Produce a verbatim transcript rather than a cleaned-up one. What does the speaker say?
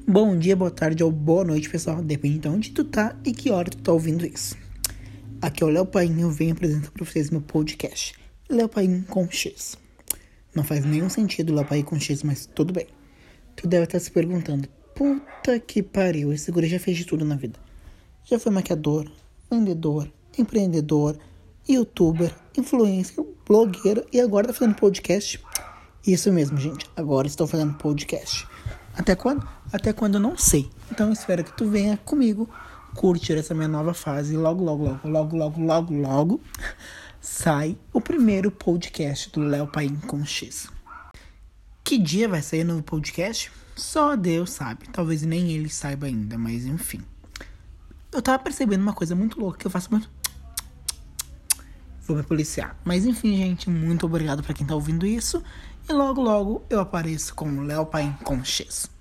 Bom dia, boa tarde ou boa noite, pessoal. Depende de onde tu tá e que hora tu tá ouvindo isso. Aqui é o Léo Paim e eu venho apresentar pra vocês meu podcast, Léo Paim com X. Não faz nenhum sentido Léo Paim com X, mas tudo bem. Tu deve estar se perguntando, puta que pariu, esse guri já fez de tudo na vida. Já foi maquiador, vendedor, empreendedor, youtuber, influencer, blogueiro e agora tá fazendo podcast. Isso mesmo, gente, agora estou fazendo podcast. Até quando? Até quando eu não sei. Então eu espero que tu venha comigo curtir essa minha nova fase. Logo, logo, logo, logo, logo, logo, logo sai o primeiro podcast do Léo Paim com X. Que dia vai sair o novo podcast? Só Deus sabe. Talvez nem ele saiba ainda, mas enfim. Eu tava percebendo uma coisa muito louca que eu faço muito... Vou me policiar. Mas enfim, gente, muito obrigado pra quem tá ouvindo isso. E logo, logo eu apareço com o Léo Paim com X.